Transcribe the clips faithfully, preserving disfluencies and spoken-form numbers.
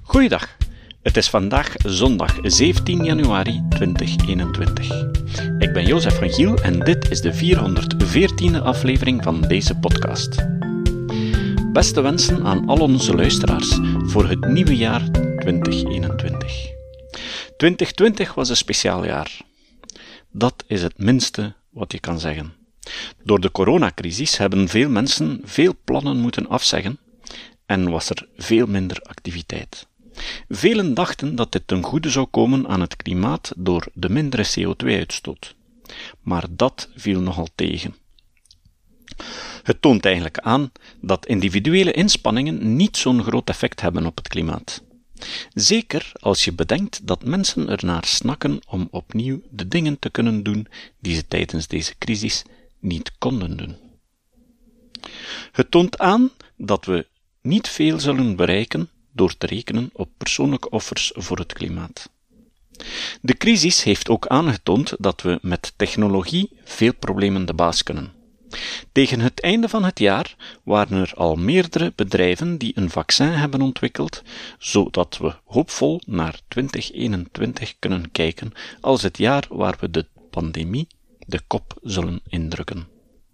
Goeiedag, het is vandaag zondag zeventien januari tweeduizend eenentwintig. Ik ben Jozef van Giel en dit is de vierhonderdveertiende aflevering van deze podcast. Beste wensen aan al onze luisteraars voor het nieuwe jaar tweeduizend eenentwintig. twintig twintig was een speciaal jaar. Dat is het minste wat je kan zeggen. Door de coronacrisis hebben veel mensen veel plannen moeten afzeggen en was er veel minder activiteit. Velen dachten dat dit ten goede zou komen aan het klimaat door de mindere C O twee uitstoot. Maar dat viel nogal tegen. Het toont eigenlijk aan dat individuele inspanningen niet zo'n groot effect hebben op het klimaat. Zeker als je bedenkt dat mensen ernaar snakken om opnieuw de dingen te kunnen doen die ze tijdens deze crisis niet konden doen. Het toont aan dat we niet veel zullen bereiken door te rekenen op persoonlijke offers voor het klimaat. De crisis heeft ook aangetoond dat we met technologie veel problemen de baas kunnen. Tegen het einde van het jaar waren er al meerdere bedrijven die een vaccin hebben ontwikkeld, zodat we hoopvol naar twintig eenentwintig kunnen kijken als het jaar waar we de pandemie de kop zullen indrukken.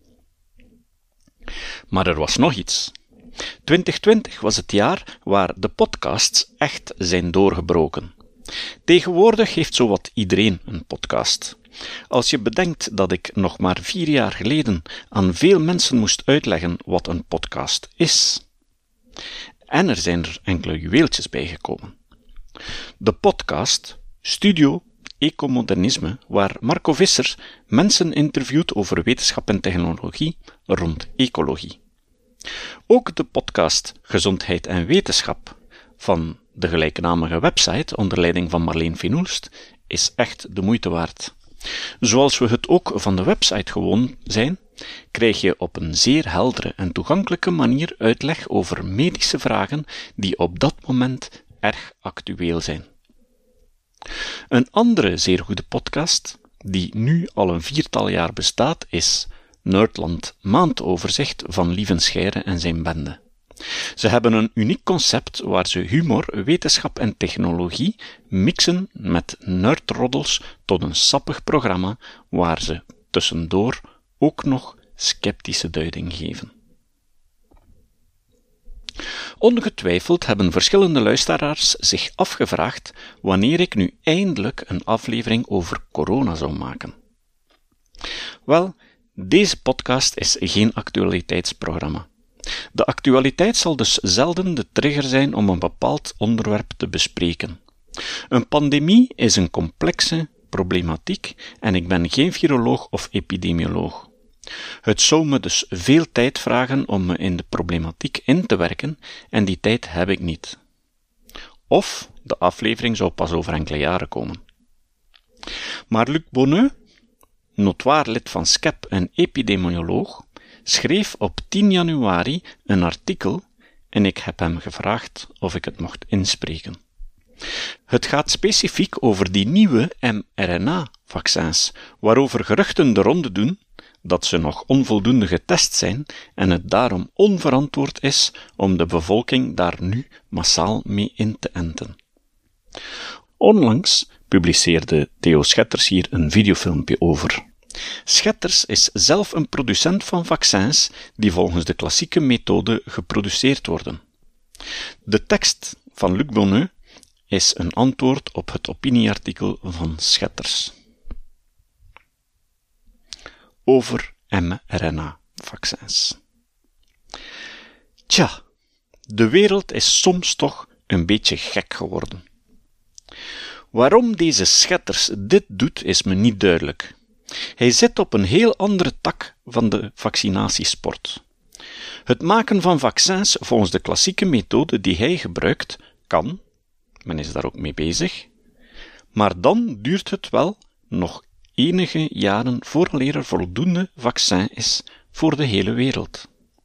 Maar er was nog iets. twintig twintig was het jaar waar de podcasts echt zijn doorgebroken. Tegenwoordig heeft zowat iedereen een podcast. Als je bedenkt dat ik nog maar vier jaar geleden aan veel mensen moest uitleggen wat een podcast is. En er zijn er enkele juweeltjes bijgekomen. De podcast Studio Ecomodernisme, waar Marco Visser mensen interviewt over wetenschap en technologie rond ecologie. Ook de podcast Gezondheid en Wetenschap van de gelijknamige website onder leiding van Marleen Venoelst is echt de moeite waard. Zoals we het ook van de website gewoon zijn, krijg je op een zeer heldere en toegankelijke manier uitleg over medische vragen die op dat moment erg actueel zijn. Een andere zeer goede podcast, die nu al een viertal jaar bestaat, is Nerdland Maandoverzicht van Lieven Scheire en zijn bende. Ze hebben een uniek concept waar ze humor, wetenschap en technologie mixen met nerdroddels tot een sappig programma waar ze tussendoor ook nog sceptische duiding geven. Ongetwijfeld hebben verschillende luisteraars zich afgevraagd wanneer ik nu eindelijk een aflevering over corona zou maken. Wel, deze podcast is geen actualiteitsprogramma. De actualiteit zal dus zelden de trigger zijn om een bepaald onderwerp te bespreken. Een pandemie is een complexe problematiek en ik ben geen viroloog of epidemioloog. Het zou me dus veel tijd vragen om me in de problematiek in te werken en die tijd heb ik niet. Of de aflevering zou pas over enkele jaren komen. Maar Luc Bonneux, notoire lid van S C E P en epidemioloog, schreef op tien januari een artikel en ik heb hem gevraagd of ik het mocht inspreken. Het gaat specifiek over die nieuwe mRNA-vaccins, waarover geruchten de ronde doen dat ze nog onvoldoende getest zijn en het daarom onverantwoord is om de bevolking daar nu massaal mee in te enten. Onlangs publiceerde Theo Schetters hier een videofilmpje over. Schetters is zelf een producent van vaccins die volgens de klassieke methode geproduceerd worden. De tekst van Luc Bonneux is een antwoord op het opinieartikel van Schetters over mRNA-vaccins. Tja, de wereld is soms toch een beetje gek geworden. Waarom deze Schetters dit doet, is me niet duidelijk. Hij zit op een heel andere tak van de vaccinatiesport. Het maken van vaccins volgens de klassieke methode die hij gebruikt, kan, men is daar ook mee bezig, maar dan duurt het wel nog enige jaren vooraleer er voldoende vaccin is voor de hele wereld.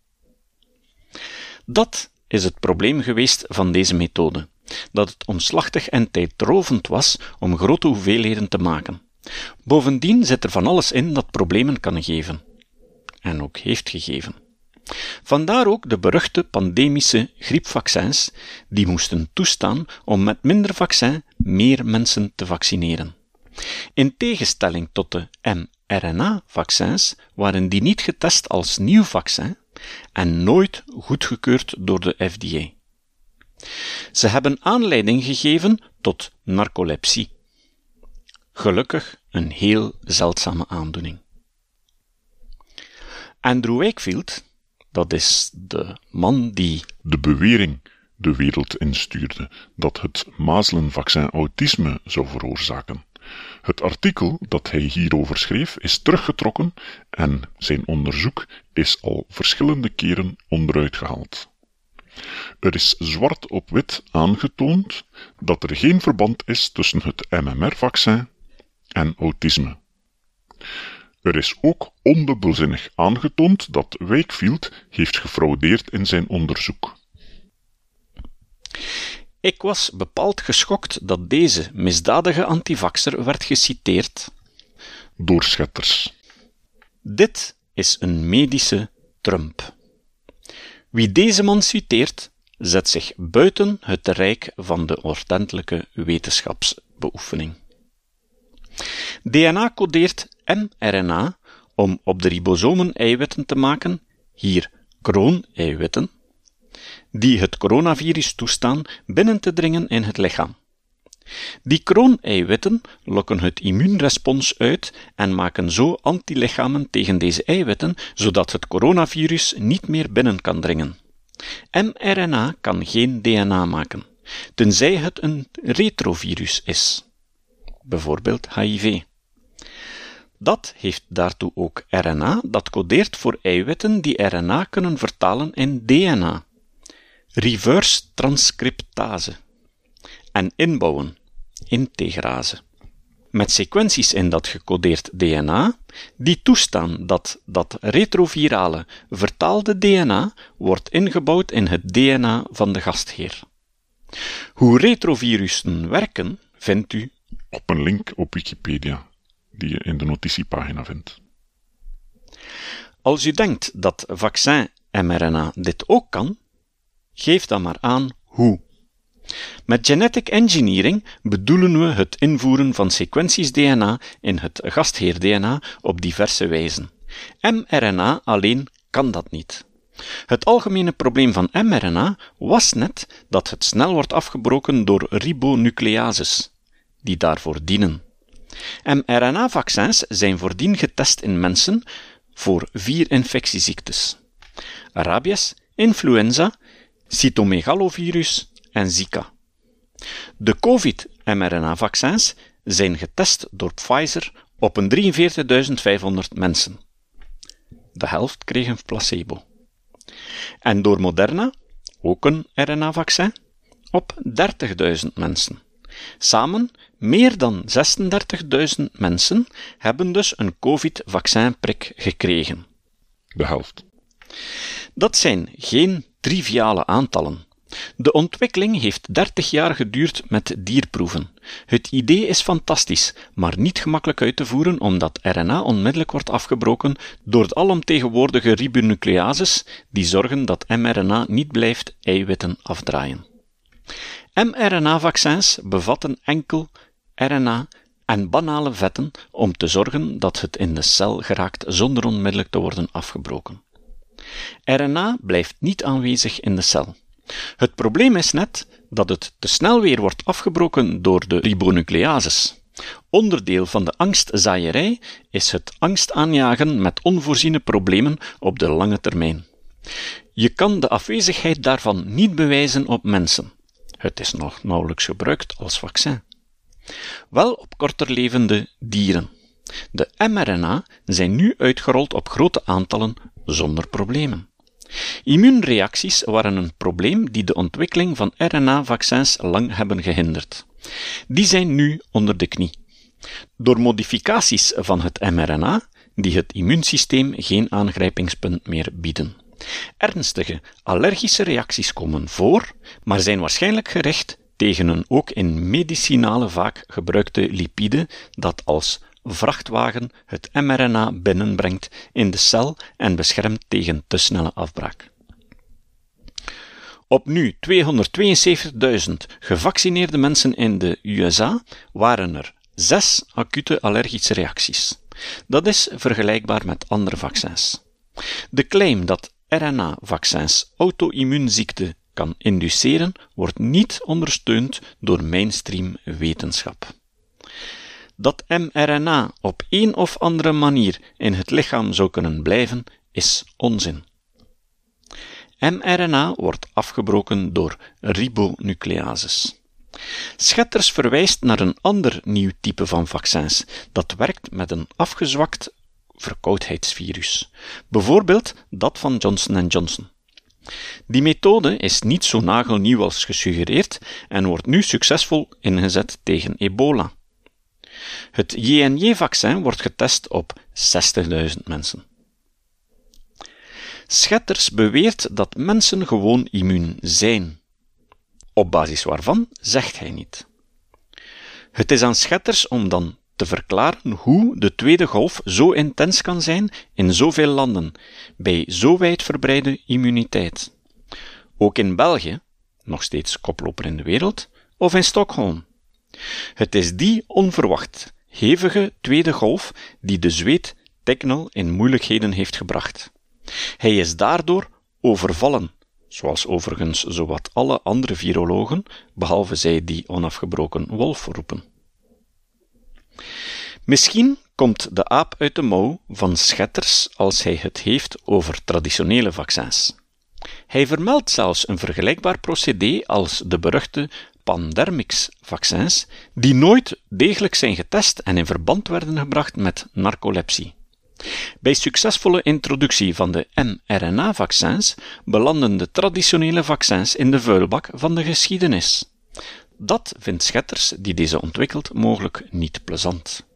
Dat is het probleem geweest van deze methode, dat het omslachtig en tijdrovend was om grote hoeveelheden te maken. Bovendien zit er van alles in dat problemen kan geven. En ook heeft gegeven. Vandaar ook de beruchte pandemische griepvaccins, die moesten toestaan om met minder vaccin meer mensen te vaccineren. In tegenstelling tot de mRNA-vaccins waren die niet getest als nieuw vaccin en nooit goedgekeurd door de F D A. Ze hebben aanleiding gegeven tot narcolepsie. Gelukkig een heel zeldzame aandoening. Andrew Wakefield, dat is de man die de bewering de wereld instuurde dat het mazelenvaccin autisme zou veroorzaken. Het artikel dat hij hierover schreef is teruggetrokken en zijn onderzoek is al verschillende keren onderuit gehaald. Er is zwart op wit aangetoond dat er geen verband is tussen het M M R-vaccin en autisme. Er is ook ondubbelzinnig aangetoond dat Wakefield heeft gefraudeerd in zijn onderzoek. Ik was bepaald geschokt dat deze misdadige antivaxer werd geciteerd door schetters. Dit is een medische Trump. Wie deze man citeert, zet zich buiten het rijk van de ordentelijke wetenschapsbeoefening. D N A codeert mRNA om op de ribosomen eiwitten te maken, hier krooneiwitten, die het coronavirus toestaan binnen te dringen in het lichaam. Die krooneiwitten lokken het immuunrespons uit en maken zo antilichamen tegen deze eiwitten, zodat het coronavirus niet meer binnen kan dringen. mRNA kan geen D N A maken, tenzij het een retrovirus is, bijvoorbeeld H I V. Dat heeft daartoe ook R N A dat codeert voor eiwitten die R N A kunnen vertalen in D N A, reverse transcriptase, en inbouwen, integrase, met sequenties in dat gecodeerd D N A die toestaan dat dat retrovirale vertaalde D N A wordt ingebouwd in het D N A van de gastheer. Hoe retrovirussen werken, vindt u op een link op Wikipedia, die je in de notitiepagina vindt. Als u denkt dat vaccin-mRNA dit ook kan, geef dan maar aan hoe. Met genetic engineering bedoelen we het invoeren van sequenties D N A in het gastheer D N A op diverse wijzen. mRNA alleen kan dat niet. Het algemene probleem van mRNA was net dat het snel wordt afgebroken door ribonucleases, die daarvoor dienen. mRNA-vaccins zijn voordien getest in mensen voor vier infectieziektes: rabies, influenza, cytomegalovirus en Zika. De COVID-mRNA-vaccins zijn getest door Pfizer op een drieënveertigduizend vijfhonderd mensen. De helft kreeg een placebo. En door Moderna, ook een R N A-vaccin, op dertigduizend mensen. Samen meer dan zesendertigduizend mensen hebben dus een COVID-vaccinprik gekregen. De helft. Dat zijn geen triviale aantallen. De ontwikkeling heeft dertig jaar geduurd met dierproeven. Het idee is fantastisch, maar niet gemakkelijk uit te voeren omdat R N A onmiddellijk wordt afgebroken door de alomtegenwoordige ribonucleases die zorgen dat mRNA niet blijft eiwitten afdraaien. mRNA-vaccins bevatten enkel R N A en banale vetten om te zorgen dat het in de cel geraakt zonder onmiddellijk te worden afgebroken. R N A blijft niet aanwezig in de cel. Het probleem is net dat het te snel weer wordt afgebroken door de ribonucleases. Onderdeel van de angstzaaierij is het angst aanjagen met onvoorziene problemen op de lange termijn. Je kan de afwezigheid daarvan niet bewijzen op mensen. Het is nog nauwelijks gebruikt als vaccin. Wel op korterlevende dieren. De mRNA zijn nu uitgerold op grote aantallen zonder problemen. Immuunreacties waren een probleem die de ontwikkeling van R N A-vaccins lang hebben gehinderd. Die zijn nu onder de knie. Door modificaties van het mRNA, die het immuunsysteem geen aangrijpingspunt meer bieden. Ernstige allergische reacties komen voor, maar zijn waarschijnlijk gericht tegen een ook in medicinale vaak gebruikte lipide dat als vrachtwagen het mRNA binnenbrengt in de cel en beschermt tegen te snelle afbraak. Op nu tweehonderdtweeënzeventigduizend gevaccineerde mensen in de U S A waren er zes acute allergische reacties. Dat is vergelijkbaar met andere vaccins. De claim dat R N A-vaccins auto-immuunziekte kan induceren, wordt niet ondersteund door mainstream wetenschap. Dat mRNA op een of andere manier in het lichaam zou kunnen blijven, is onzin. mRNA wordt afgebroken door ribonucleases. Schetters verwijst naar een ander nieuw type van vaccins dat werkt met een afgezwakt verkoudheidsvirus, bijvoorbeeld dat van Johnson en Johnson. Die methode is niet zo nagelnieuw als gesuggereerd en wordt nu succesvol ingezet tegen ebola. Het J N J-vaccin wordt getest op zestigduizend mensen. Schetters beweert dat mensen gewoon immuun zijn. Op basis waarvan zegt hij niet. Het is aan Schetters om dan te verklaren hoe de tweede golf zo intens kan zijn in zoveel landen, bij zo wijdverbreide immuniteit. Ook in België, nog steeds koploper in de wereld, of in Stockholm. Het is die onverwacht hevige tweede golf die de Zweed Tignal in moeilijkheden heeft gebracht. Hij is daardoor overvallen, zoals overigens zowat alle andere virologen, behalve zij die onafgebroken wolf roepen. Misschien komt de aap uit de mouw van Schetters als hij het heeft over traditionele vaccins. Hij vermeldt zelfs een vergelijkbaar procedé als de beruchte Pandemrix-vaccins, die nooit degelijk zijn getest en in verband werden gebracht met narcolepsie. Bij succesvolle introductie van de mRNA-vaccins belanden de traditionele vaccins in de vuilbak van de geschiedenis. Dat vindt Schetters, die deze ontwikkelt, mogelijk niet plezant.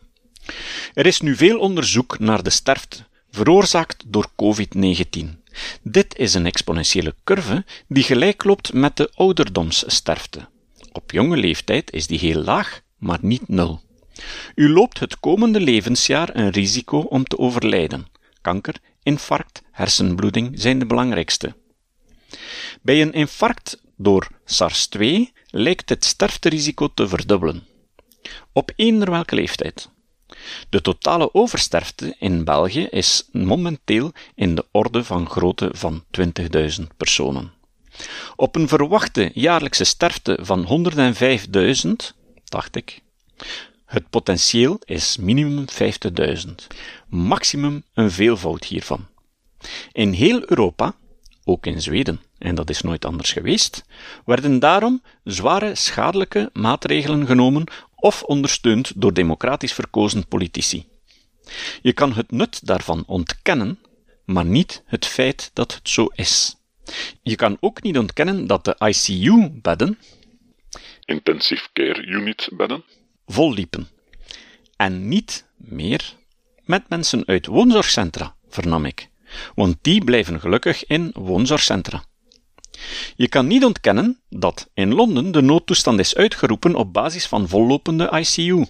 Er is nu veel onderzoek naar de sterfte, veroorzaakt door covid negentien. Dit is een exponentiële curve die gelijk loopt met de ouderdomssterfte. Op jonge leeftijd is die heel laag, maar niet nul. U loopt het komende levensjaar een risico om te overlijden. Kanker, infarct, hersenbloeding zijn de belangrijkste. Bij een infarct door SARS twee lijkt het sterfterisico te verdubbelen. Op eender welke leeftijd. De totale oversterfte in België is momenteel in de orde van grootte van twintigduizend personen. Op een verwachte jaarlijkse sterfte van honderdvijfduizend, dacht ik, het potentieel is minimum vijftigduizend, maximum een veelvoud hiervan. In heel Europa, ook in Zweden, en dat is nooit anders geweest, werden daarom zware schadelijke maatregelen genomen of ondersteund door democratisch verkozen politici. Je kan het nut daarvan ontkennen, maar niet het feit dat het zo is. Je kan ook niet ontkennen dat de I C U-bedden, Intensive Care Unit bedden, volliepen. En niet meer met mensen uit woonzorgcentra, vernam ik, want die blijven gelukkig in woonzorgcentra. Je kan niet ontkennen dat in Londen de noodtoestand is uitgeroepen op basis van vollopende I C U.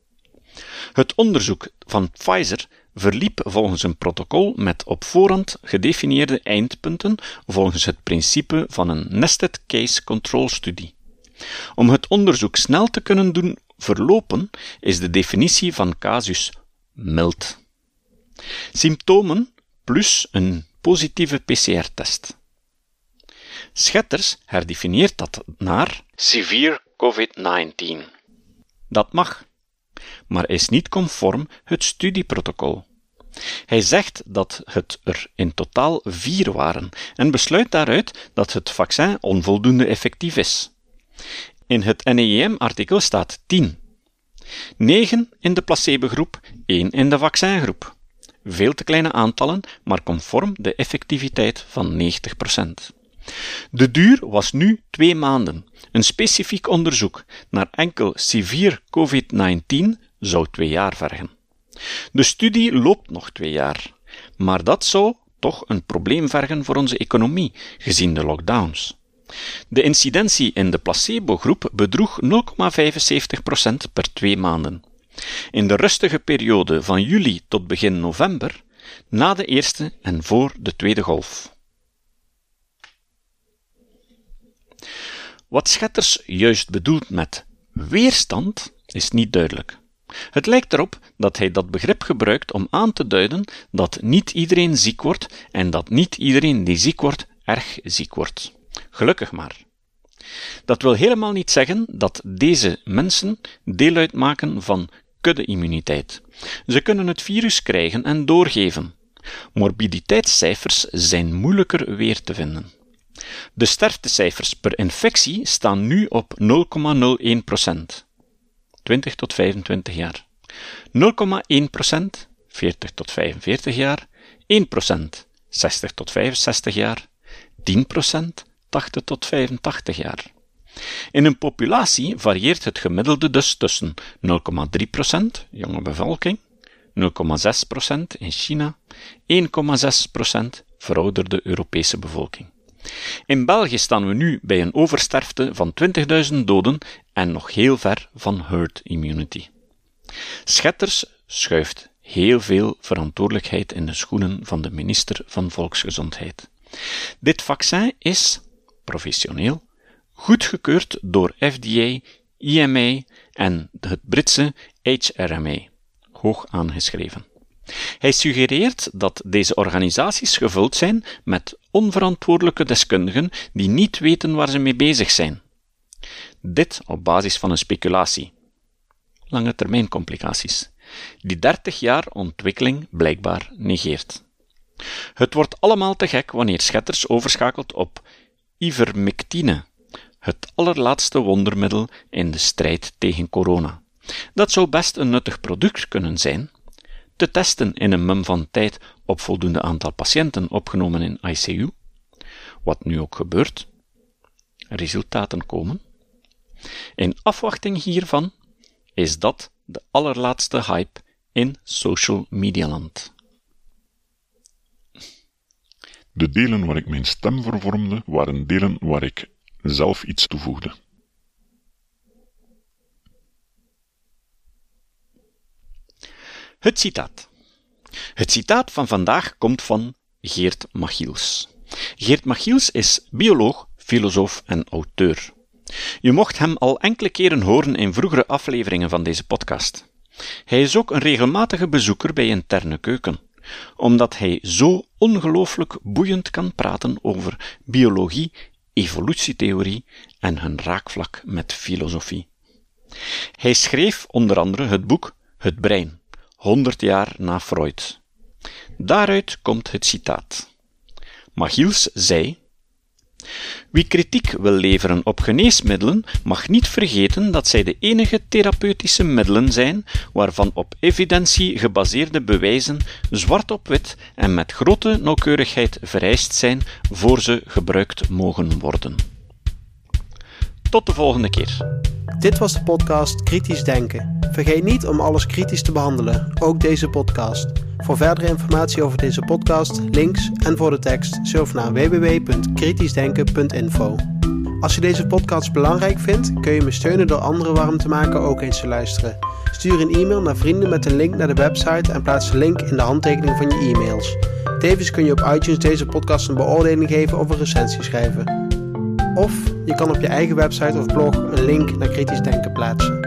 Het onderzoek van Pfizer verliep volgens een protocol met op voorhand gedefinieerde eindpunten volgens het principe van een nested case control studie. Om het onderzoek snel te kunnen doen verlopen, is de definitie van casus mild. Symptomen plus een positieve P C R-test. Schetters herdefinieert dat naar severe covid negentien. Dat mag, maar is niet conform het studieprotocol. Hij zegt dat het er in totaal vier waren en besluit daaruit dat het vaccin onvoldoende effectief is. In het N E I M-artikel staat tien. negen in de placebo-groep, één in de vaccingroep. Veel te kleine aantallen, maar conform de effectiviteit van negentig procent. De duur was nu twee maanden. Een specifiek onderzoek naar enkel severe covid negentien zou twee jaar vergen. De studie loopt nog twee jaar, maar dat zou toch een probleem vergen voor onze economie, gezien de lockdowns. De incidentie in de placebo-groep bedroeg nul komma vijfenzeventig procent per twee maanden. In de rustige periode van juli tot begin november, na de eerste en voor de tweede golf. Wat Schetters juist bedoelt met weerstand is niet duidelijk. Het lijkt erop dat hij dat begrip gebruikt om aan te duiden dat niet iedereen ziek wordt en dat niet iedereen die ziek wordt, erg ziek wordt. Gelukkig maar. Dat wil helemaal niet zeggen dat deze mensen deel uitmaken van kudde-immuniteit. Ze kunnen het virus krijgen en doorgeven. Morbiditeitscijfers zijn moeilijker weer te vinden. De sterftecijfers per infectie staan nu op nul komma nul één procent, twintig tot vijfentwintig jaar. nul komma één procent, veertig tot vijfenveertig jaar, één procent, zestig tot vijfenzestig jaar, tien procent, tachtig tot vijfentachtig jaar. In een populatie varieert het gemiddelde dus tussen nul komma drie procent, jonge bevolking, nul komma zes procent in China, één komma zes procent verouderde Europese bevolking. In België staan we nu bij een oversterfte van twintigduizend doden en nog heel ver van herd immunity. Schetters schuift heel veel verantwoordelijkheid in de schoenen van de minister van Volksgezondheid. Dit vaccin is, professioneel, goedgekeurd door F D A, I M A en het Britse H R M A, hoog aangeschreven. Hij suggereert dat deze organisaties gevuld zijn met onverantwoordelijke deskundigen die niet weten waar ze mee bezig zijn. Dit op basis van een speculatie. Lange termijn complicaties, die dertig jaar ontwikkeling blijkbaar negeert. Het wordt allemaal te gek wanneer Schetters overschakelt op ivermectine, het allerlaatste wondermiddel in de strijd tegen corona. Dat zou best een nuttig product kunnen zijn, te testen in een mum van tijd op voldoende aantal patiënten opgenomen in I C U, wat nu ook gebeurt. Resultaten komen. In afwachting hiervan is dat de allerlaatste hype in social media land. De delen waar ik mijn stem voor vormde, waren delen waar ik zelf iets toevoegde. Het citaat. Het citaat van vandaag komt van Geert Machiels. Geert Machiels is bioloog, filosoof en auteur. Je mocht hem al enkele keren horen in vroegere afleveringen van deze podcast. Hij is ook een regelmatige bezoeker bij Interne Keuken, omdat hij zo ongelooflijk boeiend kan praten over biologie, evolutietheorie en hun raakvlak met filosofie. Hij schreef onder andere het boek Het brein, honderd jaar na Freud. Daaruit komt het citaat. Machiels zei: wie kritiek wil leveren op geneesmiddelen, mag niet vergeten dat zij de enige therapeutische middelen zijn waarvan op evidentie gebaseerde bewijzen zwart op wit en met grote nauwkeurigheid vereist zijn voor ze gebruikt mogen worden. Tot de volgende keer. Dit was de podcast Kritisch Denken. Vergeet niet om alles kritisch te behandelen, ook deze podcast. Voor verdere informatie over deze podcast, links en voor de tekst, surf naar w w w punt kritisch denken punt info. Als je deze podcast belangrijk vindt, kun je me steunen door anderen warm te maken ook eens te luisteren. Stuur een e-mail naar vrienden met een link naar de website en plaats de link in de handtekening van je e-mails. Tevens kun je op iTunes deze podcast een beoordeling geven of een recensie schrijven. Of je kan op je eigen website of blog een link naar Kritisch Denken plaatsen.